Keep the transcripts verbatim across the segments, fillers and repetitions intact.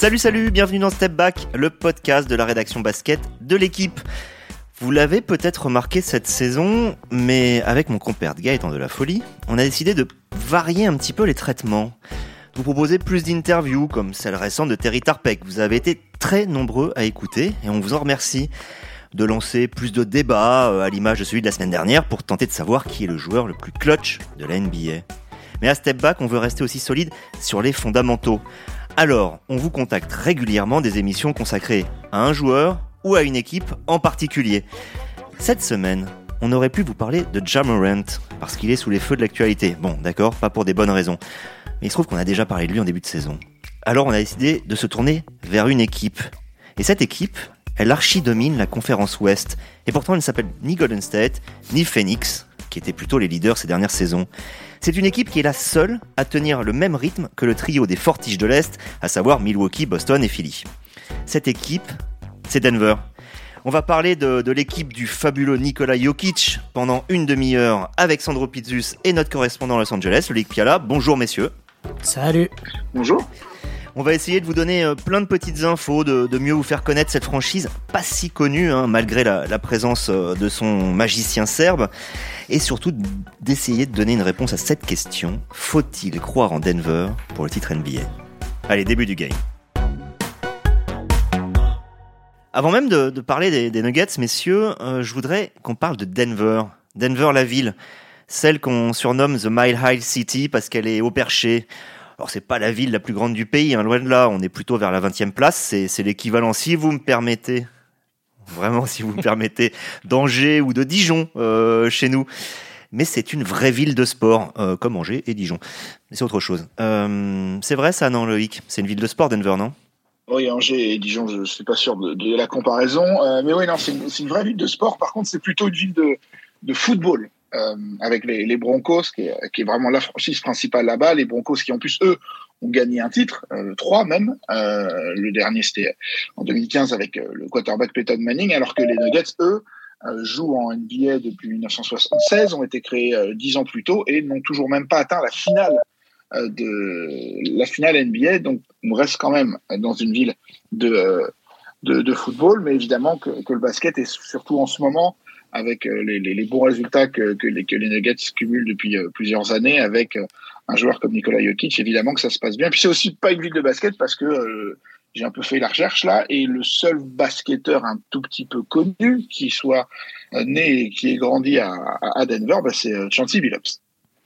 Salut, salut, bienvenue dans Step Back, le podcast de la rédaction basket de l'équipe. Vous l'avez peut-être remarqué cette saison, mais avec mon compère Gaëtan de la Folie, on a décidé de varier un petit peu les traitements. De vous proposer plus d'interviews, comme celle récente de Terry Tarpeck. Vous avez été très nombreux à écouter, et on vous en remercie. De lancer plus de débats, à l'image de celui de la semaine dernière, pour tenter de savoir qui est le joueur le plus clutch de la N B A. Mais à Step Back, on veut rester aussi solide sur les fondamentaux. Alors, on vous contacte régulièrement des émissions consacrées à un joueur ou à une équipe en particulier. Cette semaine, on aurait pu vous parler de Ja Morant, parce qu'il est sous les feux de l'actualité. Bon, d'accord, pas pour des bonnes raisons. Mais il se trouve qu'on a déjà parlé de lui en début de saison. Alors on a décidé de se tourner vers une équipe. Et cette équipe, elle archi-domine la conférence Ouest. Et pourtant, elle ne s'appelle ni Golden State, ni Phoenix, qui étaient plutôt les leaders ces dernières saisons. C'est une équipe qui est la seule à tenir le même rythme que le trio des Fortiches de l'Est, à savoir Milwaukee, Boston et Philly. Cette équipe, c'est Denver. On va parler de, de l'équipe du fabuleux Nikola Jokic pendant une demi-heure avec Sandro Pizzus et notre correspondant à Los Angeles, Loïc Piala. Bonjour messieurs. Salut. Bonjour. On va essayer de vous donner plein de petites infos, de, de mieux vous faire connaître cette franchise pas si connue, hein, malgré la, la présence de son magicien serbe, et surtout d'essayer de donner une réponse à cette question: faut-il croire en Denver pour le titre N B A? Allez, début du game. Avant même de, de parler des, des Nuggets, messieurs, euh, je voudrais qu'on parle de Denver. Denver, la ville, celle qu'on surnomme The Mile High City parce qu'elle est au perché. Alors c'est pas la ville la plus grande du pays, hein, loin de là, on est plutôt vers la vingtième place, c'est, c'est l'équivalent, si vous me permettez, vraiment si vous me permettez, d'Angers ou de Dijon euh, chez nous. Mais c'est une vraie ville de sport, euh, comme Angers et Dijon. Mais c'est autre chose. Euh, c'est vrai ça, non Loïc? C'est une ville de sport, Denver, non? Oui, Angers et Dijon, je ne suis pas sûr de, de la comparaison. Euh, mais oui, non, c'est une, c'est une vraie ville de sport. Par contre, c'est plutôt une ville de, de football. Euh, avec les, les Broncos, qui est, qui est vraiment la franchise principale là-bas. Les Broncos qui, en plus, eux, ont gagné un titre, euh, trois même. Euh, le dernier, c'était en deux mille quinze avec euh, le quarterback Peyton Manning, alors que les Nuggets, eux, euh, jouent en N B A depuis dix-neuf cent soixante-seize, ont été créés euh, dix ans plus tôt et n'ont toujours même pas atteint la finale euh, de la finale N B A. Donc, on reste quand même dans une ville de, euh, de, de football, mais évidemment que, que le basket est surtout en ce moment, avec les, les, les bons résultats que, que, les, que les Nuggets cumulent depuis euh, plusieurs années, avec euh, un joueur comme Nikola Jokic, évidemment que ça se passe bien. Puis c'est aussi pas une ville de basket parce que euh, j'ai un peu fait la recherche là, et le seul basketteur un tout petit peu connu qui soit euh, né et qui ait grandi à, à Denver, bah, c'est euh, Chauncey Billups.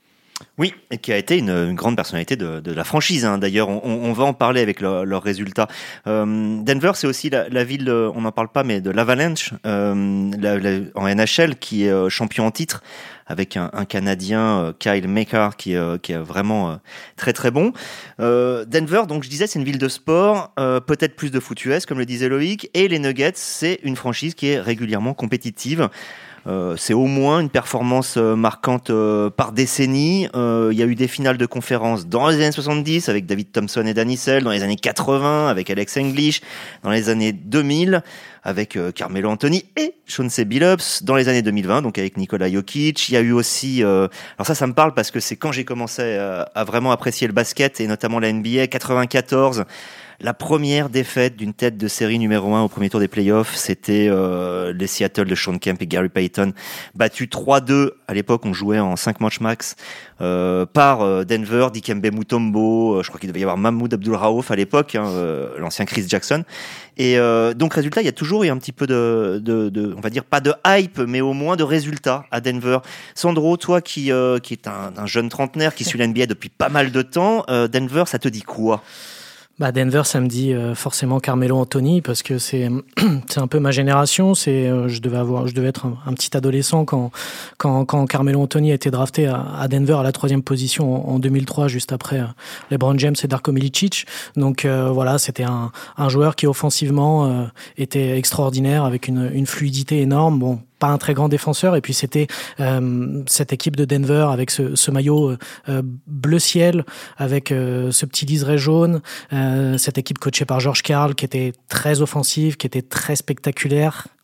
Oui, et qui a été une, une grande personnalité de, de la franchise. Hein. D'ailleurs, on, on va en parler avec leurs leur résultats. Euh, Denver, c'est aussi la, la ville, de, on n'en parle pas, mais de l'Avalanche, euh, la, la, en N H L, qui est euh, champion en titre, avec un, un Canadien, euh, Kyle Makar, qui, euh, qui est vraiment euh, très très bon. Euh, Denver, donc je disais, c'est une ville de sport, euh, peut-être plus de foot U S, comme le disait Loïc, et les Nuggets, c'est une franchise qui est régulièrement compétitive. Euh, c'est au moins une performance euh, marquante euh, par décennie. Euh, il y a eu des finales de conférence dans les années soixante-dix avec David Thompson et Danny Sell, dans les années quatre-vingts avec Alex English, dans les années deux mille avec euh, Carmelo Anthony et Chauncey Billups, dans les années deux mille vingt donc avec Nikola Jokic. Il y a eu aussi, euh, alors ça, ça me parle parce que c'est quand j'ai commencé à, à vraiment apprécier le basket et notamment la N B A, quatre-vingt-quatorze. La première défaite d'une tête de série numéro un au premier tour des playoffs, c'était euh, les Seattle de Sean Kemp et Gary Payton, battus trois deux. À l'époque, on jouait en cinq matchs max euh, par euh, Denver, Dikembe Mutombo, euh, je crois qu'il devait y avoir Mahmoud Abdul-Raouf à l'époque, hein, euh, l'ancien Chris Jackson. Et euh, donc, résultat, il y a toujours eu un petit peu de, de, de, on va dire pas de hype, mais au moins de résultats à Denver. Sandro, toi qui, euh, qui est un, un jeune trentenaire qui suit l'N B A depuis pas mal de temps, euh, Denver, ça te dit quoi ? Bah Denver, ça me dit euh, forcément Carmelo Anthony parce que c'est c'est un peu ma génération. C'est euh, je devais avoir, je devais être un, un petit adolescent quand quand quand Carmelo Anthony a été drafté à, à Denver à la troisième position en, en deux mille trois, juste après euh, LeBron James et Darko Milicic. Donc euh, voilà, c'était un un joueur qui offensivement euh, était extraordinaire avec une une fluidité énorme. Bon, pas un très grand défenseur, et puis c'était euh, cette équipe de Denver avec ce, ce maillot euh, bleu ciel, avec euh, ce petit liseré jaune, euh, cette équipe coachée par George Karl qui était très offensive, qui était très spectaculaire,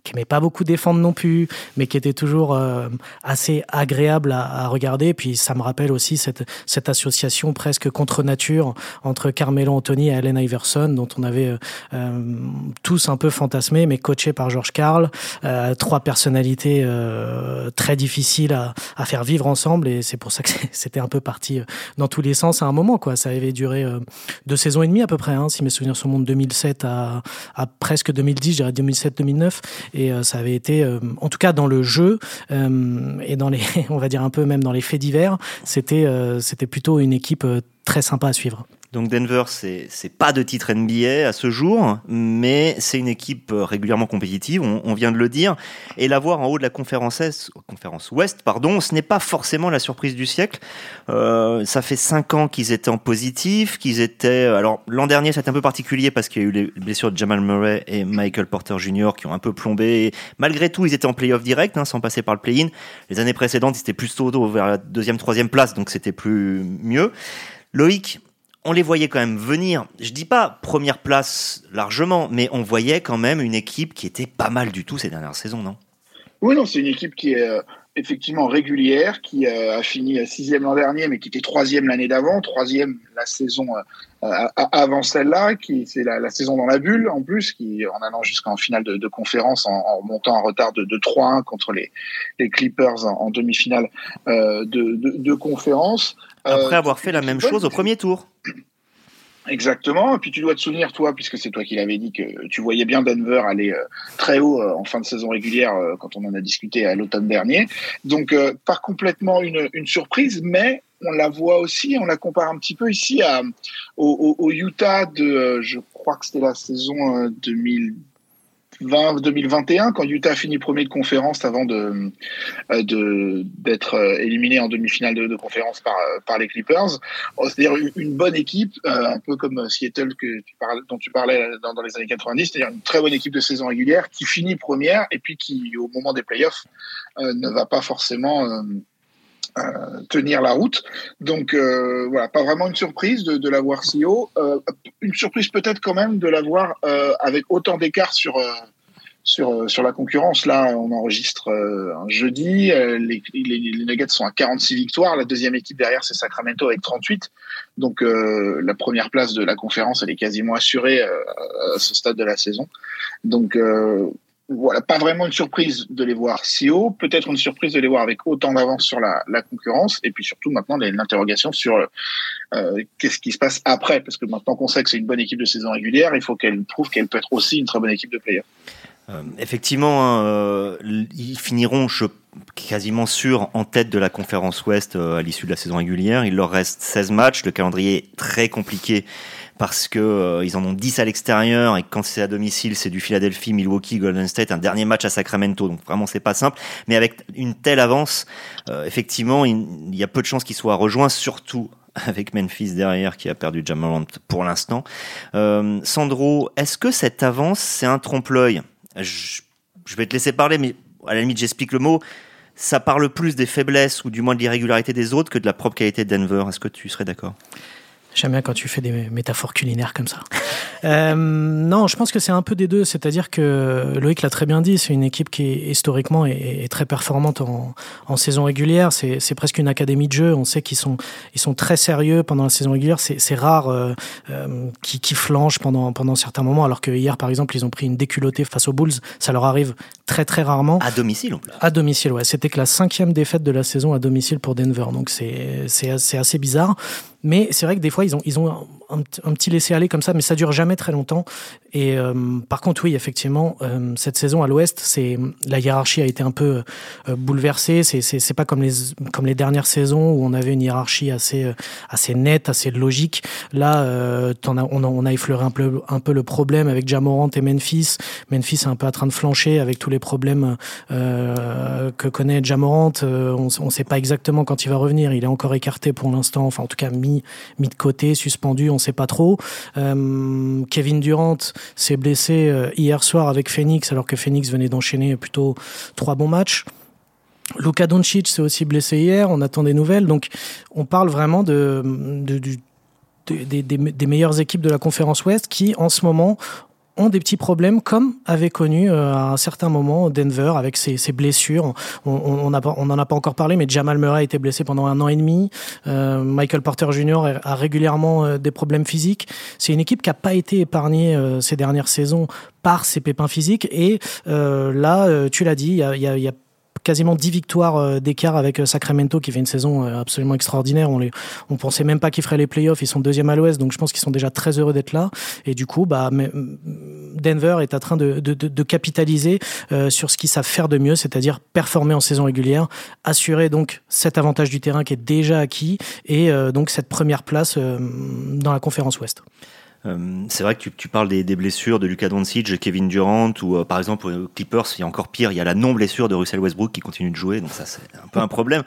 qui aimait pas beaucoup défendre non plus, mais qui était toujours euh, assez agréable à, à regarder. Puis ça me rappelle aussi cette, cette association presque contre nature entre Carmelo Anthony et Allen Iverson, dont on avait euh, tous un peu fantasmé, mais coaché par George Karl. Euh, trois personnalités euh, très difficiles à, à faire vivre ensemble, et c'est pour ça que c'était un peu parti dans tous les sens à un moment, quoi. Ça avait duré euh, deux saisons et demie à peu près, hein, si mes souvenirs sont bons, de deux mille sept à, à presque deux mille dix, je dirais deux mille sept deux mille neuf. Et euh, ça avait été, euh, en tout cas dans le jeu euh, et dans les, on va dire un peu même dans les faits divers, c'était, euh, c'était plutôt une équipe euh, très sympa à suivre. Donc Denver, c'est c'est pas de titre N B A à ce jour, mais c'est une équipe régulièrement compétitive, on, on vient de le dire, et la voir en haut de la conférence Est, conférence Ouest, pardon, ce n'est pas forcément la surprise du siècle. Euh, ça fait cinq ans qu'ils étaient en positif, qu'ils étaient, alors l'an dernier c'était un peu particulier parce qu'il y a eu les blessures de Jamal Murray et Michael Porter Junior qui ont un peu plombé. Malgré tout, ils étaient en play-off direct, hein, sans passer par le play-in. Les années précédentes, ils étaient plutôt vers la deuxième, troisième place, donc c'était plus mieux. Loïc, on les voyait quand même venir, je dis pas première place largement, mais on voyait quand même une équipe qui était pas mal du tout ces dernières saisons, non ? Oui, non, c'est une équipe qui est euh, effectivement régulière, qui euh, a fini sixième l'an dernier, mais qui était troisième l'année d'avant, troisième la saison euh, avant celle-là, qui c'est la, la saison dans la bulle en plus, qui en allant jusqu'en finale de, de conférence, en, en montant en retard de, de trois un contre les, les Clippers en, en demi-finale euh, de, de, de conférence. Après euh, avoir fait la même chose au premier tour. Exactement. Et puis tu dois te souvenir, toi, puisque c'est toi qui l'avais dit, que tu voyais bien Denver aller euh, très haut euh, en fin de saison régulière euh, quand on en a discuté à l'automne dernier. Donc euh, pas complètement une, une surprise, mais on la voit aussi, on la compare un petit peu ici à, au, au, au Utah de, euh, je crois que c'était la saison euh, deux mille vingt deux mille vingt et un, quand Utah a fini premier de conférence avant de, de d'être éliminé en demi-finale de, de conférence par par les Clippers. C'est-à-dire une, une bonne équipe, euh, un peu comme Seattle que tu parles, dont tu parlais dans, dans les années quatre-vingt-dix, c'est-à-dire une très bonne équipe de saison régulière qui finit première et puis qui, au moment des playoffs, euh, ne va pas forcément euh, Euh, tenir la route. Donc euh, voilà, pas vraiment une surprise de, de l'avoir si haut. Euh, une surprise peut-être quand même de l'avoir euh, avec autant d'écart sur euh, sur sur la concurrence. Là, on enregistre euh, un jeudi. Euh, les, les, les Nuggets sont à quarante-six victoires. La deuxième équipe derrière, c'est Sacramento avec trente-huit. Donc euh, la première place de la conférence, elle est quasiment assurée euh, à ce stade de la saison. Donc euh, Voilà, pas vraiment une surprise de les voir si haut, peut-être une surprise de les voir avec autant d'avance sur la, la concurrence, et puis surtout maintenant l'interrogation sur euh, qu'est-ce qui se passe après, parce que maintenant qu'on sait que c'est une bonne équipe de saison régulière, il faut qu'elle prouve qu'elle peut être aussi une très bonne équipe de playoff. Euh, effectivement, euh, ils finiront, je quasiment sûr, en tête de la conférence Ouest euh, à l'issue de la saison régulière. Il leur reste seize matchs, le calendrier est très compliqué parce que euh, ils en ont dix à l'extérieur et quand c'est à domicile, c'est du Philadelphie, Milwaukee, Golden State, un dernier match à Sacramento. Donc vraiment, c'est pas simple. Mais avec une telle avance, euh, effectivement, il, il y a peu de chances qu'ils soient rejoints, surtout avec Memphis derrière qui a perdu Ja Morant pour l'instant. Euh, Sandro, est-ce que cette avance, c'est un trompe-l'œil ? je, je vais te laisser parler, mais à la limite, j'explique le mot. Ça parle plus des faiblesses ou du moins de l'irrégularité des autres que de la propre qualité de Denver. Est-ce que tu serais d'accord ? J'aime bien quand tu fais des métaphores culinaires comme ça. euh, non, je pense que c'est un peu des deux. C'est-à-dire que Loïc l'a très bien dit, c'est une équipe qui est, historiquement est, est très performante en, en saison régulière. C'est, c'est presque une académie de jeu. On sait qu'ils sont, ils sont très sérieux pendant la saison régulière. C'est, c'est rare euh, euh, qu'ils, qu'ils flanchent pendant, pendant certains moments. Alors que hier, par exemple, ils ont pris une déculottée face aux Bulls. Ça leur arrive très très rarement. À domicile, en plus. À domicile, ouais. C'était que la cinquième défaite de la saison à domicile pour Denver. Donc c'est, c'est, c'est assez bizarre. Mais c'est vrai que des fois, ils ont, ils ont un, un petit laisser-aller comme ça, mais ça dure jamais très longtemps. Et euh, par contre, oui, effectivement, euh, cette saison à l'Ouest, c'est la hiérarchie a été un peu euh, bouleversée. C'est, c'est, c'est pas comme les comme les dernières saisons où on avait une hiérarchie assez assez nette, assez logique. Là, euh, t'en as, on, a, on a effleuré un peu un peu le problème avec Ja Morant et Memphis. Memphis est un peu en train de flancher avec tous les problèmes euh, que connaît Ja Morant. Euh, on, on sait pas exactement quand il va revenir. Il est encore écarté pour l'instant. Enfin, en tout cas, mis mis de côté, suspendu, on sait pas trop. Euh, Kevin Durant s'est blessé euh, hier soir avec Phoenix, alors que Phoenix venait d'enchaîner plutôt trois bons matchs. Luka Doncic s'est aussi blessé hier, on attend des nouvelles. Donc, on parle vraiment de, de, du, de, des, des, des meilleures équipes de la conférence Ouest qui, en ce moment, ont des petits problèmes, comme avait connu euh, à un certain moment Denver avec ses, ses blessures. On, on, on, a, on en a pas encore parlé, mais Jamal Murray a été blessé pendant un an et demi. Euh, Michael Porter Junior a, a régulièrement euh, des problèmes physiques. C'est une équipe qui a pas été épargnée euh, ces dernières saisons par ses pépins physiques. Et euh, là, euh, tu l'as dit, il y a, y a, y a quasiment dix victoires d'écart avec Sacramento qui fait une saison absolument extraordinaire. On les, on pensait même pas qu'ils feraient les playoffs. Ils sont deuxième à l'Ouest, donc je pense qu'ils sont déjà très heureux d'être là. Et du coup, bah, Denver est en train de, de, de capitaliser euh, sur ce qu'ils savent faire de mieux, c'est-à-dire performer en saison régulière, assurer donc cet avantage du terrain qui est déjà acquis et euh, donc cette première place euh, dans la conférence Ouest. Euh, c'est vrai que tu, tu parles des, des blessures de Luka Doncic, Kevin Durant, ou euh, par exemple aux Clippers, il y a encore pire, il y a la non-blessure de Russell Westbrook qui continue de jouer, donc ça c'est un peu un problème.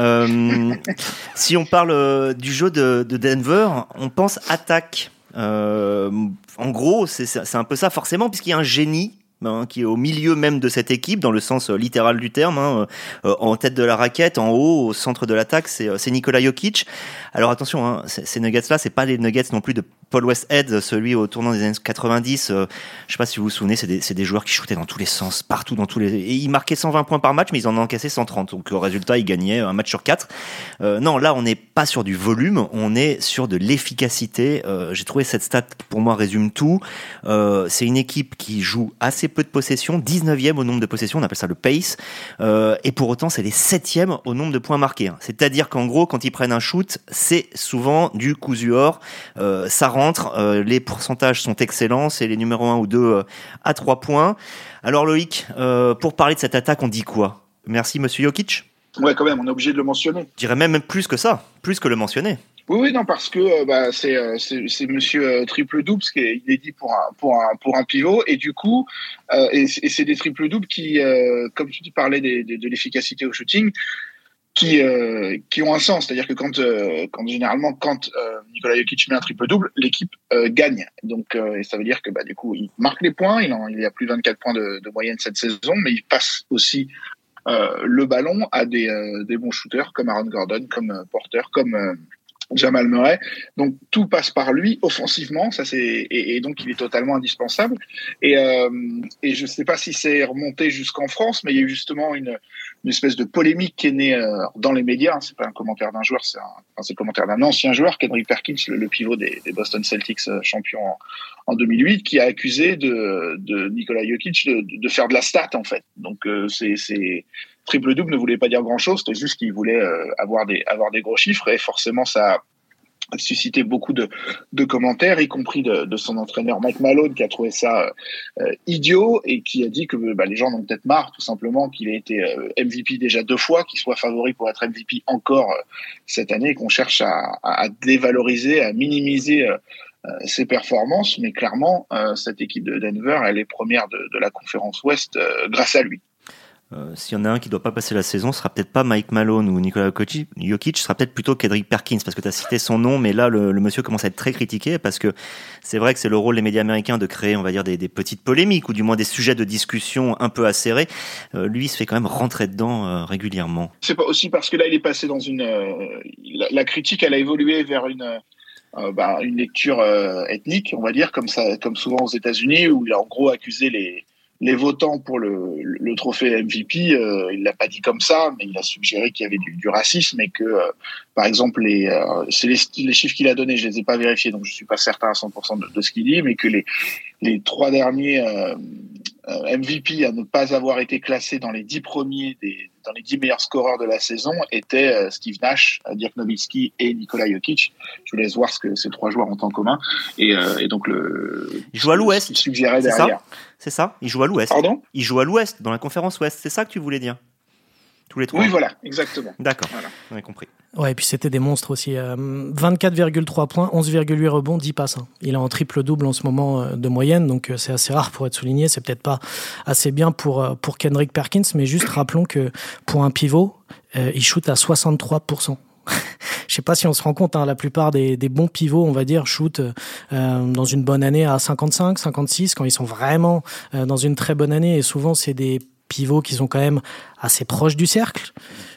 Euh, si on parle euh, du jeu de, de Denver, on pense attaque. Euh, en gros, c'est, c'est un peu ça forcément, puisqu'il y a un génie Hein, qui est au milieu même de cette équipe, dans le sens euh, littéral du terme, hein, euh, en tête de la raquette, en haut, au centre de l'attaque, c'est, c'est Nikola Jokic. Alors attention, hein, ces Nuggets-là, c'est pas les Nuggets non plus de Paul Westhead, celui au tournant des années quatre-vingt-dix. Euh, je sais pas si vous vous souvenez, c'est des, c'est des joueurs qui shootaient dans tous les sens, partout, dans tous les. Et ils marquaient cent vingt points par match, mais ils en encaissaient cent trente. Donc au résultat, ils gagnaient un match sur quatre. Euh, non, là, on n'est pas sur du volume, on est sur de l'efficacité. Euh, j'ai trouvé cette stat qui, pour moi, résume tout. Euh, c'est une équipe qui joue assez peu de possessions, dix-neuvième au nombre de possessions, on appelle ça le pace, euh, et pour autant c'est les septièmes au nombre de points marqués. Hein. C'est-à-dire qu'en gros, quand ils prennent un shoot, c'est souvent du cousu or, euh, ça rentre, euh, les pourcentages sont excellents, c'est les numéros un ou deux euh, à trois points. Alors Loïc, euh, pour parler de cette attaque, on dit quoi ? Merci Monsieur Jokic ? Ouais, quand même, on est obligé de le mentionner. Je dirais même plus que ça, plus que le mentionner. Oui, oui, non, parce que euh, bah, c'est, euh, c'est, c'est Monsieur euh, triple-double, ce qui est inédit pour un, pour un, pour un pivot. Et du coup, euh, et, et c'est des triple-doubles qui, euh, comme tu parlais des, des, de l'efficacité au shooting, qui, euh, qui ont un sens. C'est-à-dire que quand, euh, quand généralement, quand euh, Nikola Jokic met un triple-double, l'équipe euh, gagne. Donc, euh, et ça veut dire que bah, du coup, il marque les points. Il, en, il y a plus de vingt-quatre points de, de moyenne cette saison, mais il passe aussi euh, le ballon à des, euh, des bons shooters comme Aaron Gordon, comme euh, Porter, comme euh, Jamal Murray. Donc tout passe par lui offensivement, ça c'est et, et donc il est totalement indispensable. Et euh, et je sais pas si c'est remonté jusqu'en France, mais il y a eu justement une une espèce de polémique qui est née euh, dans les médias. Hein, c'est pas un commentaire d'un joueur, c'est un enfin, c'est le commentaire d'un ancien joueur, Kendrick Perkins, le, le pivot des, des Boston Celtics, euh, champion en, en deux mille huit, qui a accusé de de Nikola Jokic de, de faire de la stat en fait. Donc euh, c'est c'est triple-double ne voulait pas dire grand-chose, c'était juste qu'il voulait euh, avoir des avoir des gros chiffres et forcément ça a suscité beaucoup de, de commentaires, y compris de, de son entraîneur Mike Malone qui a trouvé ça euh, idiot et qui a dit que bah, les gens en ont peut-être marre tout simplement qu'il ait été euh, M V P déjà deux fois, qu'il soit favori pour être M V P encore euh, cette année et qu'on cherche à, à, à dévaloriser, à minimiser euh, ses performances. Mais clairement, euh, cette équipe de Denver, elle est première de, de la conférence Ouest euh, grâce à lui. Euh, s'il y en a un qui doit pas passer la saison, ce sera peut-être pas Mike Malone ou Nikola Jokic, ce sera peut-être plutôt Kendrick Perkins, parce que tu as cité son nom, mais là le, le monsieur commence à être très critiqué, parce que c'est vrai que c'est le rôle des médias américains de créer, on va dire, des, des petites polémiques, ou du moins des sujets de discussion un peu acérés. Euh, lui, il se fait quand même rentrer dedans euh, régulièrement. C'est pas aussi parce que là, il est passé dans une... Euh, la, la critique, elle a évolué vers une... Euh, bah, une lecture euh, ethnique, on va dire, comme ça, comme souvent aux États-Unis, où il a en gros accusé les les votants pour le, le trophée M V P. Euh, il l'a pas dit comme ça, mais il a suggéré qu'il y avait du, du racisme et que, euh, par exemple, les euh, c'est les, les chiffres qu'il a donnés, je les ai pas vérifiés, donc je suis pas certain à cent pour cent de, de ce qu'il dit, mais que les les trois derniers euh, euh, M V P à ne pas avoir été classés dans les dix premiers des dans les dix meilleurs scoreurs de la saison étaient euh, Steve Nash, Dirk Nowitzki et Nikola Jokic. Je vous laisse voir ce que ces trois joueurs ont en commun. Et, euh, et donc le. Il joue à l'Ouest. Il suggérait c'est derrière. Ça c'est ça. Il joue à l'Ouest. Pardon ? Il joue à l'Ouest dans la conférence Ouest. C'est ça que tu voulais dire ? Tous les trois. Oui, voilà, exactement. D'accord. Voilà. On a compris. Ouais, et puis c'était des monstres aussi. Euh, vingt-quatre virgule trois points, onze virgule huit rebonds, dix passes. Hein. Il est en triple-double en ce moment euh, de moyenne, donc euh, c'est assez rare pour être souligné. C'est peut-être pas assez bien pour, euh, pour Kendrick Perkins, mais juste rappelons que pour un pivot, euh, il shoot à soixante-trois pour cent. Je sais pas si on se rend compte, hein, la plupart des, des bons pivots, on va dire, shootent euh, dans une bonne année à cinquante-cinq, cinquante-six, quand ils sont vraiment euh, dans une très bonne année. Et souvent, c'est des pivots qui sont quand même assez proches du cercle.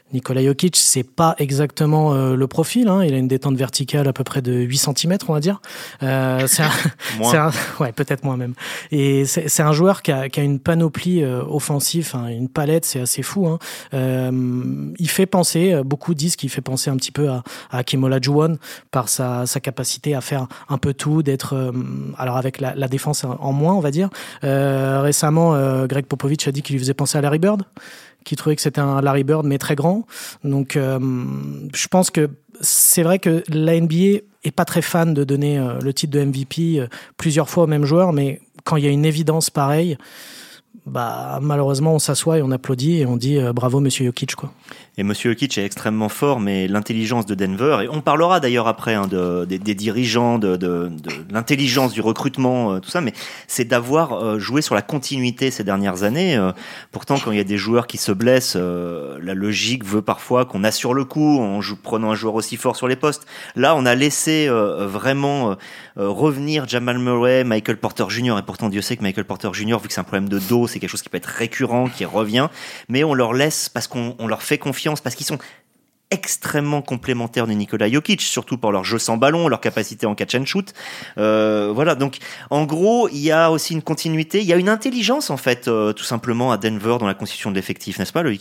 Nikola Jokic, c'est pas exactement euh, le profil. Hein. Il a une détente verticale à peu près de huit centimètres, on va dire. Euh, c'est un, c'est un, ouais, peut-être moins même. Et c'est, c'est un joueur qui a, qui a une panoplie euh, offensive, hein, une palette, c'est assez fou. Hein. Euh, il fait penser, beaucoup disent qu'il fait penser un petit peu à, à Hakeem Olajuwon par sa, sa capacité à faire un peu tout, d'être, euh, alors avec la, la défense en moins, on va dire. Euh, récemment, euh, Greg Popovich a dit qu'il lui faisait penser à Larry Bird, qui trouvait que c'était un Larry Bird mais très grand. Donc euh, je pense que c'est vrai que la N B A est pas très fan de donner euh, le titre de M V P euh, plusieurs fois au même joueur, mais quand il y a une évidence pareille, bah malheureusement on s'assoit et on applaudit et on dit euh, bravo monsieur Jokic, quoi. Et monsieur Jokic est extrêmement fort, mais l'intelligence de Denver, et on parlera d'ailleurs après hein, de, des, des dirigeants, de, de, de l'intelligence du recrutement, euh, tout ça, mais c'est d'avoir euh, joué sur la continuité ces dernières années. Euh, pourtant, quand il y a des joueurs qui se blessent, euh, la logique veut parfois qu'on assure le coup en joue, prenant un joueur aussi fort sur les postes. Là, on a laissé euh, vraiment euh, revenir Jamal Murray, Michael Porter Junior, et pourtant Dieu sait que Michael Porter Junior, vu que c'est un problème de dos, c'est quelque chose qui peut être récurrent, qui revient, mais on leur laisse parce qu'on on leur fait confiance, parce qu'ils sont extrêmement complémentaires de Nikola Jokic, surtout pour leur jeu sans ballon, leur capacité en catch and shoot. Euh, voilà, donc en gros, il y a aussi une continuité, il y a une intelligence en fait, euh, tout simplement à Denver dans la constitution de l'effectif, n'est-ce pas Loïc ?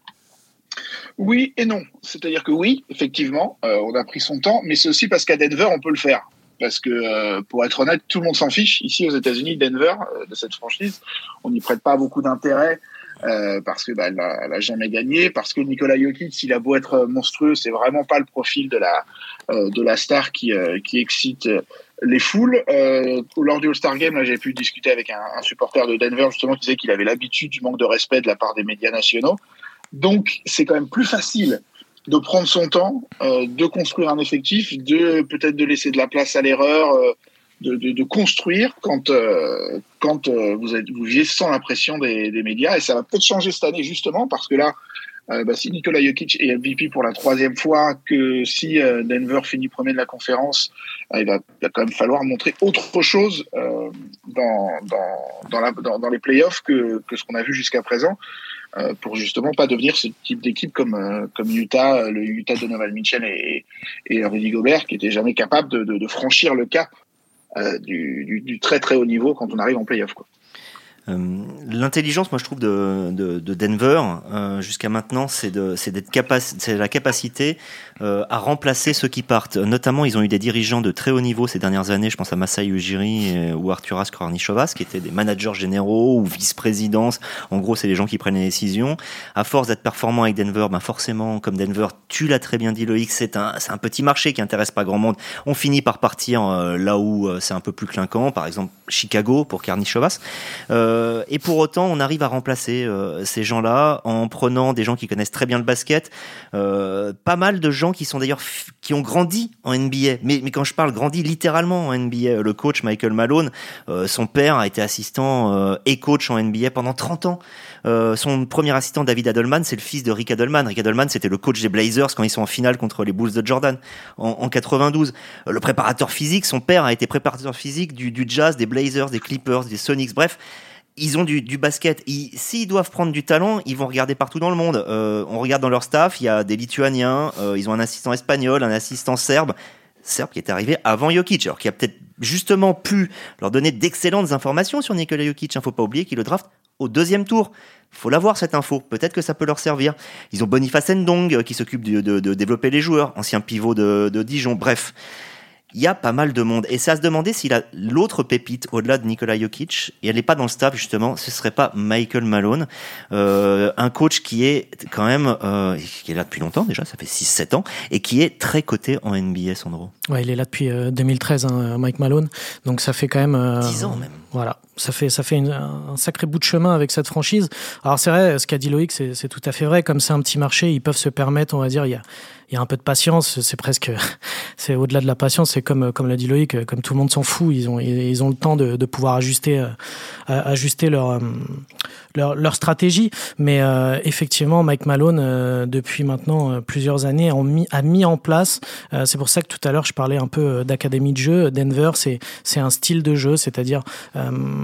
Oui et non. C'est-à-dire que oui, effectivement, euh, on a pris son temps, mais c'est aussi parce qu'à Denver, on peut le faire. Parce que, euh, pour être honnête, tout le monde s'en fiche. Ici, aux États-Unis, Denver, euh, de cette franchise, on n'y prête pas beaucoup d'intérêt. Euh, parce que bah, elle, a, elle a jamais gagné, parce que Nikola Jokic, s'il a beau être monstrueux, c'est vraiment pas le profil de la euh, de la star qui euh, qui excite les foules. Euh, lors du All-Star Game, là, j'ai pu discuter avec un, un supporter de Denver justement qui disait qu'il avait l'habitude du manque de respect de la part des médias nationaux. Donc, c'est quand même plus facile de prendre son temps, euh, de construire un effectif, de peut-être de laisser de la place à l'erreur. Euh, De, de, de construire quand euh, quand euh, vous êtes vous vivez sans la pression des, des médias, et ça va peut-être changer cette année justement parce que là euh, bah, si Nikola Jokic est M V P pour la troisième fois, que si euh, Denver finit premier de la conférence, euh, il, va, il va quand même falloir montrer autre chose euh, dans dans dans, la, dans dans les playoffs que que ce qu'on a vu jusqu'à présent, euh, pour justement pas devenir ce type d'équipe comme euh, comme Utah, le Utah de Donovan Mitchell et et Rudy Gobert, qui était jamais capable de de, de franchir le cap Euh, du, du, du très très haut niveau quand on arrive en play-off, quoi. Euh, l'intelligence, moi je trouve de, de, de Denver euh, jusqu'à maintenant, c'est, de, c'est, d'être capac- c'est la capacité euh, à remplacer ceux qui partent. Notamment, ils ont eu des dirigeants de très haut niveau ces dernières années. Je pense à Masai Ujiri et, ou Arturas Kornichovas, qui étaient des managers généraux ou vice-présidences. En gros, c'est les gens qui prennent les décisions. À force d'être performants avec Denver, ben forcément, comme Denver, tu l'as très bien dit Loïc, c'est un, c'est un petit marché qui intéresse pas grand monde. On finit par partir euh, là où euh, c'est un peu plus clinquant. Par exemple, Chicago pour Kornichovas. Euh, Et pour autant, on arrive à remplacer euh, ces gens-là en prenant des gens qui connaissent très bien le basket. Euh, pas mal de gens qui sont d'ailleurs f- qui ont grandi en N B A. Mais, mais quand je parle grandi littéralement en N B A, le coach Michael Malone, euh, son père a été assistant euh, et coach en N B A pendant trente ans. Euh, son premier assistant, David Adelman, c'est le fils de Rick Adelman. Rick Adelman, c'était le coach des Blazers quand ils sont en finale contre les Bulls de Jordan en, en quatre-vingt-douze. Euh, le préparateur physique, son père a été préparateur physique du, du Jazz, des Blazers, des Clippers, des Sonics. Bref, ils ont du, du basket. Ils, s'ils doivent prendre du talent, ils vont regarder partout dans le monde. Euh, on regarde dans leur staff, il y a des Lituaniens, euh, ils ont un assistant espagnol, un assistant serbe. Serbe qui est arrivé avant Jokic, alors qui a peut-être justement pu leur donner d'excellentes informations sur Nikola Jokic. Il ne faut pas oublier qu'il le draft au deuxième tour. Il faut l'avoir, cette info. Peut-être que ça peut leur servir. Ils ont Boniface Ndong qui s'occupe de, de, de développer les joueurs, ancien pivot de, de Dijon. Bref, il y a pas mal de monde. Et c'est à se demander s'il a l'autre pépite au-delà de Nikola Jokic, et elle n'est pas dans le staff, justement, ce serait pas Michael Malone, euh, un coach qui est quand même, euh, qui est là depuis longtemps déjà, ça fait six sept ans, et qui est très coté en N B A, Sandro. Ouais, il est là depuis euh, deux mille treize, hein, Mike Malone. Donc ça fait quand même... Euh, dix ans même. Voilà, ça fait, ça fait une, un sacré bout de chemin avec cette franchise. Alors c'est vrai, ce qu'a dit Loïc, c'est, c'est tout à fait vrai. Comme c'est un petit marché, ils peuvent se permettre, on va dire, il y a... Il y a un peu de patience, c'est presque, c'est au-delà de la patience, c'est comme, comme l'a dit Loïc, comme tout le monde s'en fout, ils ont, ils ont le temps de, de pouvoir ajuster, euh, ajuster leur, leur, leur stratégie. Mais euh, effectivement, Mike Malone, euh, depuis maintenant euh, plusieurs années, a mis, a mis en place. Euh, c'est pour ça que tout à l'heure je parlais un peu d'académie de jeu. Denver, c'est, c'est un style de jeu, c'est-à-dire euh,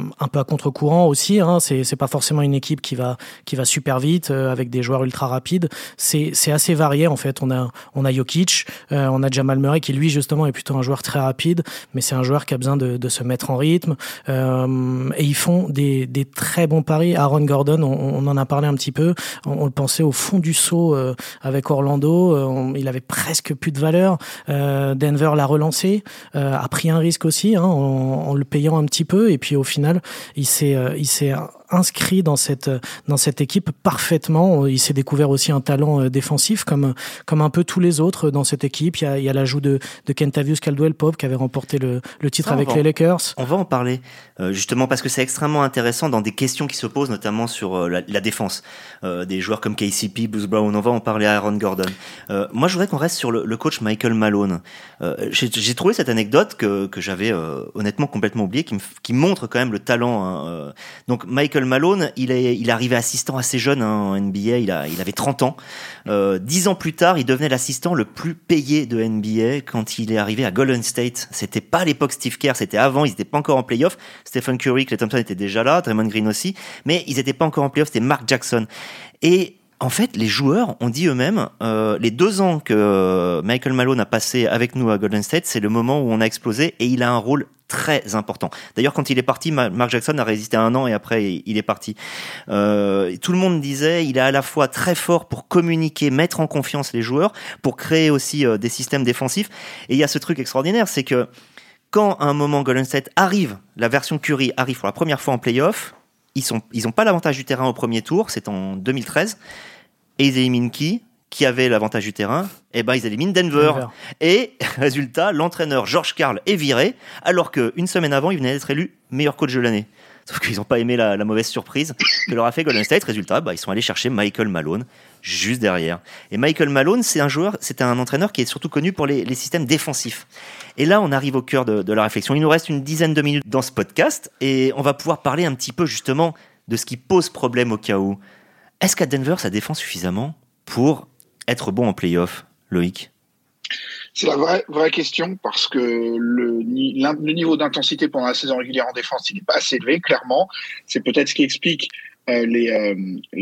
un peu à contre-courant aussi. Hein. C'est, c'est pas forcément une équipe qui va qui va super vite euh, avec des joueurs ultra rapides. C'est c'est assez varié en fait. On a on a Jokic, euh, on a Jamal Murray qui lui justement est plutôt un joueur très rapide, mais c'est un joueur qui a besoin de, de se mettre en rythme. Euh, et ils font des des très bons paris. Aaron Gordon, on, on en a parlé un petit peu. On, on le pensait au fond du seau euh, avec Orlando. Euh, on, il avait presque plus de valeur. Euh, Denver l'a relancé, euh, a pris un risque aussi hein, en, en le payant un petit peu. Et puis au final, il s'est euh, il s'est inscrit dans cette dans cette équipe parfaitement. Il s'est découvert aussi un talent défensif comme comme un peu tous les autres dans cette équipe. Il y a il y a l'ajout de de Kentavious Caldwell-Pope qui avait remporté le le titre ah, avec les Lakers. On va en parler euh, justement parce que c'est extrêmement intéressant dans des questions qui se posent notamment sur euh, la, la défense euh, des joueurs comme K C P, Bruce Brown. On va en parler à Aaron Gordon. Euh, moi, je voudrais qu'on reste sur le, le coach Michael Malone. Euh, j'ai, j'ai trouvé cette anecdote que que j'avais euh, honnêtement complètement oubliée, qui me qui montre quand même le talent. Hein, euh. Donc Michael Malone, il est, il est arrivé assistant assez jeune hein, en N B A, il, a, il avait trente ans. Euh, dix ans plus tard, il devenait l'assistant le plus payé de N B A quand il est arrivé à Golden State. C'était pas à l'époque Steve Kerr, c'était avant, ils étaient pas encore en playoff. Stephen Curry, Klay Thompson étaient déjà là, Draymond Green aussi, mais ils étaient pas encore en playoff, c'était Mark Jackson. Et en fait, les joueurs ont dit eux-mêmes, euh, les deux ans que Michael Malone a passé avec nous à Golden State, c'est le moment où on a explosé et il a un rôle très important. D'ailleurs, quand il est parti, Mark Jackson a résisté un an et après, il est parti. Euh, tout le monde disait, il est à la fois très fort pour communiquer, mettre en confiance les joueurs, pour créer aussi euh, des systèmes défensifs. Et il y a ce truc extraordinaire, c'est que quand à un moment Golden State arrive, la version Curry arrive pour la première fois en play-off, ils sont, ils ont pas l'avantage du terrain au premier tour, c'est en deux mille treize, et ils éliminent qui ? Qui avait l'avantage du terrain, eh ben ils éliminent Denver. Denver. Et résultat, l'entraîneur George Karl est viré, alors qu'une semaine avant, il venait d'être élu meilleur coach de l'année. Sauf qu'ils n'ont pas aimé la, la mauvaise surprise que leur a fait Golden State. Résultat, bah, ils sont allés chercher Michael Malone juste derrière. Et Michael Malone, c'est un joueur, c'est un entraîneur qui est surtout connu pour les, les systèmes défensifs. Et là, on arrive au cœur de, de la réflexion. Il nous reste une dizaine de minutes dans ce podcast et on va pouvoir parler un petit peu justement de ce qui pose problème au cas où. Est-ce qu'à Denver, ça défend suffisamment pour être bon en play-off, Loïc? C'est la vraie, vraie question parce que le, le niveau d'intensité pendant la saison régulière en défense, il n'est pas assez élevé, clairement. C'est peut-être ce qui explique euh, les, euh,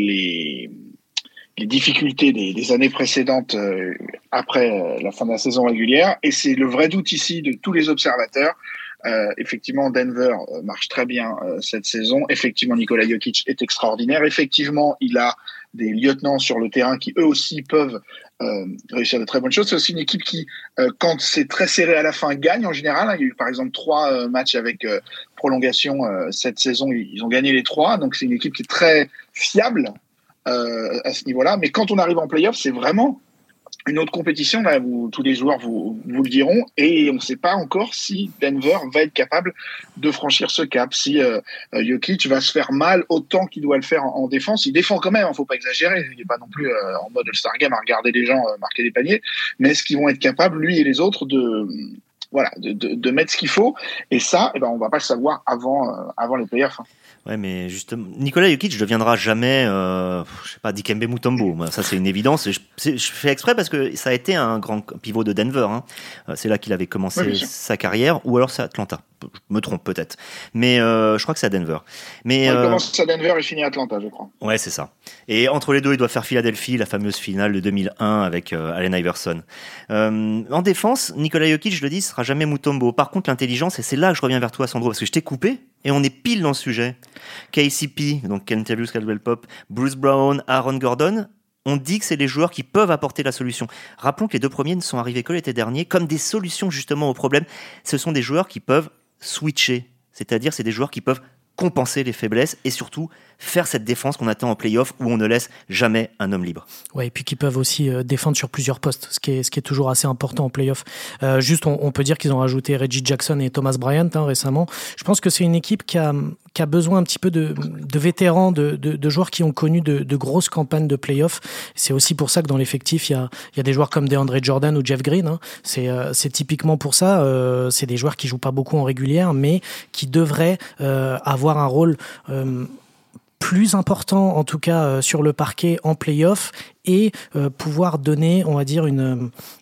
les, les difficultés des, des années précédentes euh, après euh, la fin de la saison régulière. Et c'est le vrai doute ici de tous les observateurs. Euh, effectivement, Denver euh, marche très bien euh, cette saison. Effectivement, Nikola Jokic est extraordinaire. Effectivement, il a des lieutenants sur le terrain qui, eux aussi, peuvent euh, réussir de très bonnes choses. C'est aussi une équipe qui, euh, quand c'est très serré à la fin, gagne en général. Il y a eu, par exemple, trois euh, matchs avec euh, prolongation euh, cette saison. Ils ont gagné les trois. Donc, c'est une équipe qui est très fiable euh, à ce niveau-là. Mais quand on arrive en play-off, c'est vraiment une autre compétition, là, où tous les joueurs vous, vous le diront, et on ne sait pas encore si Denver va être capable de franchir ce cap, si euh, Jokic va se faire mal autant qu'il doit le faire en, en défense. Il défend quand même, il ne faut pas exagérer, il n'est pas non plus euh, en mode All-Star Game à regarder les gens euh, marquer des paniers, mais est-ce qu'ils vont être capables, lui et les autres, de, voilà, de, de, de mettre ce qu'il faut? Et ça, eh ben, on ne va pas le savoir avant, euh, avant les playoffs. Hein. Ouais, mais justement, Nikola Jokic ne deviendra jamais, euh, je sais pas, Dikembe Mutombo. Ça, c'est une évidence. Je, je fais exprès parce que ça a été un grand pivot de Denver. Hein. C'est là qu'il avait commencé ouais, sa carrière, ou alors c'est Atlanta. Je me trompe peut-être, mais euh, je crois que c'est à Denver. Mais il euh, commence à Denver et finit à Atlanta, je crois. Ouais, c'est ça. Et entre les deux, il doit faire Philadelphie, la fameuse finale de deux mille un avec euh, Allen Iverson. Euh, en défense, Nikola Jokic, je le dis, sera jamais Mutombo. Par contre, l'intelligence, et c'est là que je reviens vers toi, Sandro, parce que je t'ai coupé et on est pile dans le sujet. K C P, donc Kentavious Caldwell-Pope, Bruce Brown, Aaron Gordon. On dit que c'est les joueurs qui peuvent apporter la solution. Rappelons que les deux premiers ne sont arrivés que l'été dernier comme des solutions justement au problème. Ce sont des joueurs qui peuvent switcher, c'est-à-dire c'est des joueurs qui peuvent compenser les faiblesses et surtout faire cette défense qu'on attend en play-off où on ne laisse jamais un homme libre. Ouais, et puis qui peuvent aussi euh, défendre sur plusieurs postes, ce qui est, ce qui est toujours assez important en play-off. Euh, juste, on, on peut dire qu'ils ont rajouté Reggie Jackson et Thomas Bryant hein, récemment. Je pense que c'est une équipe qui a, qui a besoin un petit peu de, de vétérans, de, de, de joueurs qui ont connu de, de grosses campagnes de play-off. C'est aussi pour ça que dans l'effectif, il y a, il y a des joueurs comme DeAndre Jordan ou Jeff Green. Hein. C'est, euh, c'est typiquement pour ça. Euh, c'est des joueurs qui jouent pas beaucoup en régulière, mais qui devraient euh, avoir un rôle euh, plus important, en tout cas euh, sur le parquet en play-off, et euh, pouvoir donner, on va dire, une,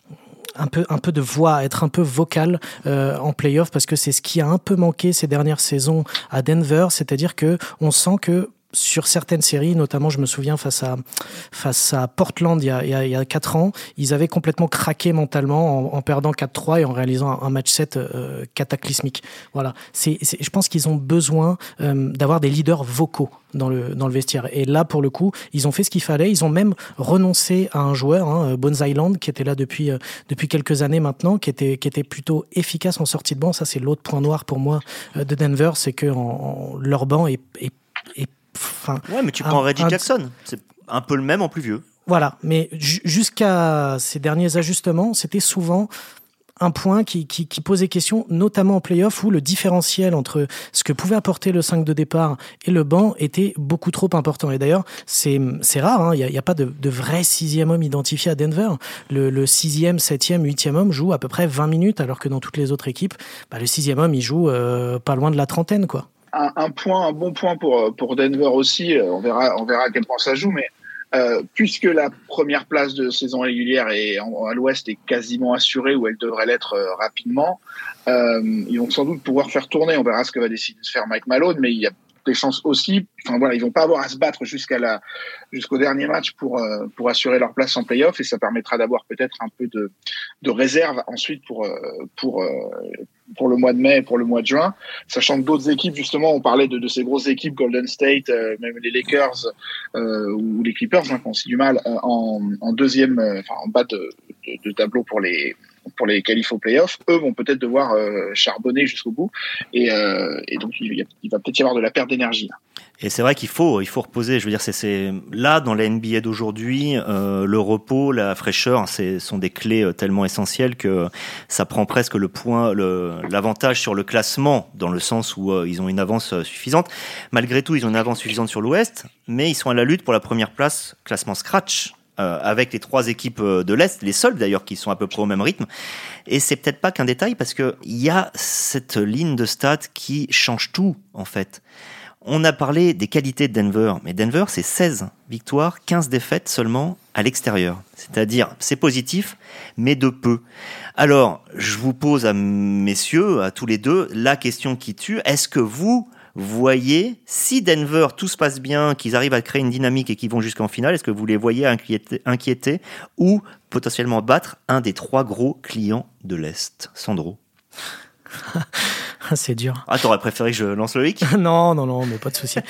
un peu, un peu de voix, être un peu vocal euh, en play-off, parce que c'est ce qui a un peu manqué ces dernières saisons à Denver, c'est-à-dire que on sent que sur certaines séries, notamment je me souviens face à face à Portland il y a il y a, il y a quatre ans, ils avaient complètement craqué mentalement en, en perdant quatre trois et en réalisant un, un match sept euh, cataclysmique. Voilà, c'est, c'est je pense qu'ils ont besoin euh, d'avoir des leaders vocaux dans le dans le vestiaire. Et là pour le coup, ils ont fait ce qu'il fallait, ils ont même renoncé à un joueur hein, Bones Island qui était là depuis euh, depuis quelques années maintenant, qui était qui était plutôt efficace en sortie de banc. Ça c'est l'autre point noir pour moi euh, de Denver, c'est que en, en, leur banc est est, est Enfin, ouais, mais tu prends un, Reggie un... Jackson, c'est un peu le même en plus vieux. Voilà, mais j- jusqu'à ces derniers ajustements, c'était souvent un point qui, qui, qui posait question, notamment en play-off, où le différentiel entre ce que pouvait apporter le cinq de départ et le banc était beaucoup trop important. Et d'ailleurs, c'est, c'est rare, il n'y a, y a pas de, de vrai sixième homme identifié à Denver. Le, le sixième, septième, huitième homme joue à peu près vingt minutes, alors que dans toutes les autres équipes, bah, le sixième homme, il joue euh, pas loin de la trentaine, quoi. Un, un point, un bon point pour pour Denver aussi. On verra, on verra à quel point ça joue, mais euh, puisque la première place de saison régulière est en, à l'Ouest est quasiment assurée, ou elle devrait l'être euh, rapidement, euh, ils vont sans doute pouvoir faire tourner. On verra ce que va décider de faire Mike Malone, mais il y a des chances aussi. Enfin voilà, ils vont pas avoir à se battre jusqu'à la jusqu'au dernier match pour euh, pour assurer leur place en play-off, et ça permettra d'avoir peut-être un peu de de réserve ensuite pour euh, pour euh, pour le mois de mai et pour le mois de juin, sachant que d'autres équipes, justement, on parlait de, de ces grosses équipes, Golden State, euh, même les Lakers euh, ou les Clippers, hein, qui ont aussi du mal euh, en, en deuxième, euh, enfin en bas de, de, de tableau pour les pour les qualifs aux playoffs, eux vont peut-être devoir euh, charbonner jusqu'au bout, et, euh, et donc il, y a, il va peut-être y avoir de la perte d'énergie. Là. Et c'est vrai qu'il faut, il faut reposer. Je veux dire, c'est, c'est là dans la N B A d'aujourd'hui, euh, le repos, la fraîcheur, c'est sont des clés tellement essentielles que ça prend presque le point, le, l'avantage sur le classement, dans le sens où euh, ils ont une avance suffisante. Malgré tout, ils ont une avance suffisante sur l'Ouest, mais ils sont à la lutte pour la première place, classement scratch. Euh, avec les trois équipes de l'Est, les seules d'ailleurs qui sont à peu près au même rythme. Et c'est peut-être pas qu'un détail, parce qu'il y a cette ligne de stats qui change tout, en fait. On a parlé des qualités de Denver, mais Denver, c'est seize victoires, quinze défaites seulement à l'extérieur. C'est-à-dire, c'est positif, mais de peu. Alors, je vous pose à messieurs, à tous les deux, la question qui tue. Est-ce que vous voyez, si Denver, tout se passe bien, qu'ils arrivent à créer une dynamique et qu'ils vont jusqu'en finale, est-ce que vous les voyez inquiéter, inquiéter ou potentiellement battre un des trois gros clients de l'Est? Sandro? C'est dur. Ah, t'aurais préféré que je lance le hic? Non, non, non, mais pas de souci.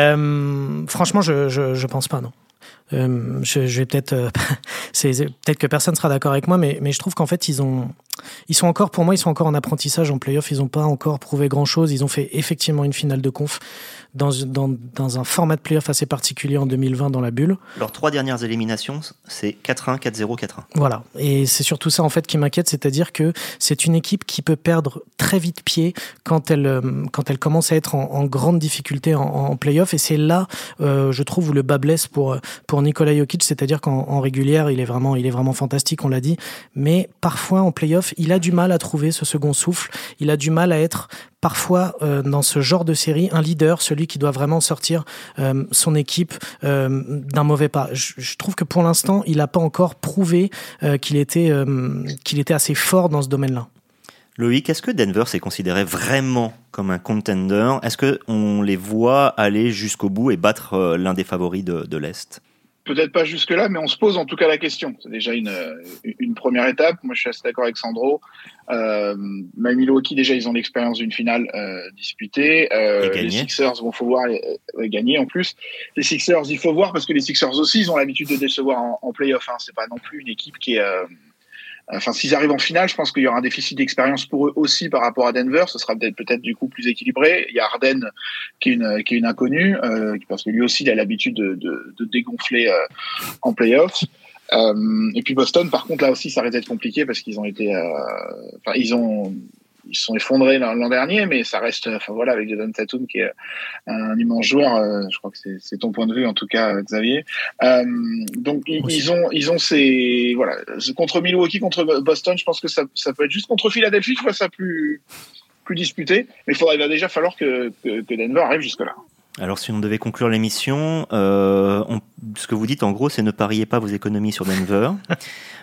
euh, franchement, je, je, je pense pas, non. Euh, je, je vais peut-être, euh, c'est, c'est, peut-être que personne sera d'accord avec moi, mais, mais je trouve qu'en fait, ils ont, ils sont encore, pour moi, ils sont encore en apprentissage en play-off. Ils n'ont pas encore prouvé grand-chose. Ils ont fait effectivement une finale de conf dans, dans, dans un format de play-off assez particulier en deux mille vingt dans la bulle. Leurs trois dernières éliminations, c'est quatre un, quatre zéro, quatre un. Voilà. Et c'est surtout ça, en fait, qui m'inquiète, c'est-à-dire que c'est une équipe qui peut perdre très vite pied quand elle, quand elle commence à être en, en grande difficulté en, en play-off. Et c'est là, euh, je trouve, où le bas blesse pour, pour Nikola Jokic, c'est-à-dire qu'en en régulière, il est vraiment, il est vraiment fantastique, on l'a dit. Mais parfois, en play-off, il a du mal à trouver ce second souffle. Il a du mal à être parfois euh, dans ce genre de série un leader, celui qui doit vraiment sortir euh, son équipe euh, d'un mauvais pas. Je, je trouve que pour l'instant, il n'a pas encore prouvé euh, qu'il était euh, qu'il était assez fort dans ce domaine-là. Loïc, est-ce que Denver s'est considéré vraiment comme un contender? Est-ce qu'on les voit aller jusqu'au bout et battre euh, l'un des favoris de, de l'Est? Peut-être pas jusque-là, mais on se pose en tout cas la question. C'est déjà une, une première étape. Moi, je suis assez d'accord avec Sandro. Euh, Milwaukee, déjà, ils ont l'expérience d'une finale euh, disputée. Euh, les Sixers, bon, faut voir, euh, gagner en plus. Les Sixers, il faut voir, parce que les Sixers aussi, ils ont l'habitude de décevoir en, en play-off. Hein. C'est pas non plus une équipe qui est... Euh, Enfin, s'ils arrivent en finale, je pense qu'il y aura un déficit d'expérience pour eux aussi par rapport à Denver. Ce sera peut-être, peut-être du coup plus équilibré. Il y a Harden qui est une, qui est une inconnue, euh, parce que lui aussi, il a l'habitude de, de, de dégonfler euh, en playoffs. Euh, et puis Boston, par contre, là aussi, ça risque d'être compliqué parce qu'ils ont été, euh, enfin, ils ont, ils se sont effondrés l'an, l'an dernier, mais ça reste, enfin voilà, avec Jayson Tatum qui est un immense joueur. Euh, je crois que c'est, c'est ton point de vue en tout cas, Xavier. Euh, donc ils, ils ont, ils ont ces, voilà, contre Milwaukee, contre Boston, je pense que ça, ça peut être juste contre Philadelphie, je vois ça plus, plus disputé. Mais il faudrait, il va déjà falloir que, que, que Denver arrive jusque là. Alors, si on devait conclure l'émission, euh, on, ce que vous dites, en gros, c'est ne pariez pas vos économies sur Denver.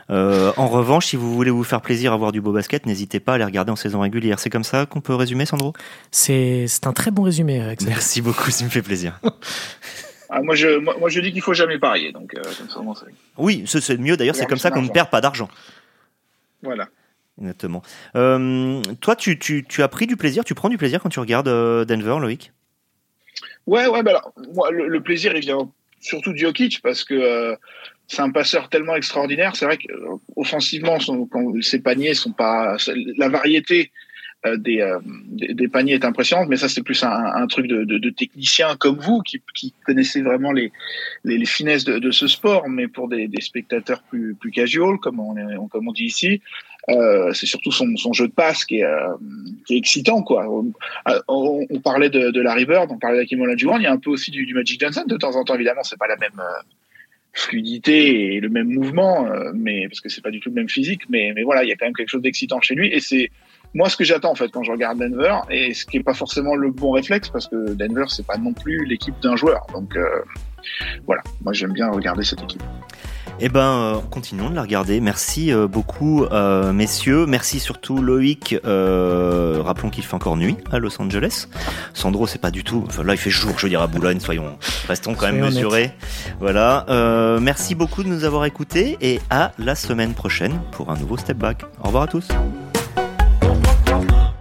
Euh, en revanche, si vous voulez vous faire plaisir à voir du beau basket, n'hésitez pas à les regarder en saison régulière. C'est comme ça qu'on peut résumer, Sandro ? C'est, c'est un très bon résumé, Axel. Merci beaucoup, ça me fait plaisir. Ah, moi, je, moi, moi, je dis qu'il faut jamais parier. Donc, euh, comme ça, on sait. Oui, c'est, c'est mieux d'ailleurs, c'est comme ça qu'on ne perd pas d'argent. Voilà. Exactement. Euh, toi, tu, tu, tu as pris du plaisir, tu prends du plaisir quand tu regardes euh, Denver, Loïc ? Ouais, ouais, bah alors, moi, le, le plaisir, il vient surtout de Jokic parce que euh, c'est un passeur tellement extraordinaire. C'est vrai qu'offensivement, son, quand ses paniers sont pas, la variété euh, des, euh, des, des paniers est impressionnante, mais ça, c'est plus un, un truc de, de, de technicien comme vous qui, qui connaissez vraiment les, les, les finesses de, de ce sport, mais pour des, des spectateurs plus, plus casual, comme on, est, comme on dit ici. Euh, c'est surtout son, son jeu de passe qui est, euh, qui est excitant, quoi. On, on, on parlait de, de Larry Bird, on parlait d'Hakeem Olajuwon, il y a un peu aussi du, du Magic Johnson de temps en temps. Évidemment, c'est pas la même euh, fluidité et le même mouvement, euh, mais parce que c'est pas du tout le même physique. Mais, mais voilà, il y a quand même quelque chose d'excitant chez lui. Et c'est moi ce que j'attends en fait quand je regarde Denver, et ce qui est pas forcément le bon réflexe parce que Denver c'est pas non plus l'équipe d'un joueur. Donc euh, voilà, moi j'aime bien regarder cette équipe. Eh ben, euh, continuons de la regarder. Merci euh, beaucoup, euh, messieurs. Merci surtout Loïc. Euh, rappelons qu'il fait encore nuit à Los Angeles. Sandro, c'est pas du tout. Enfin, là, il fait jour, je veux dire, à Boulogne. Soyons, restons quand même mesurés. Voilà. Euh, merci beaucoup de nous avoir écoutés et à la semaine prochaine pour un nouveau Step Back. Au revoir à tous.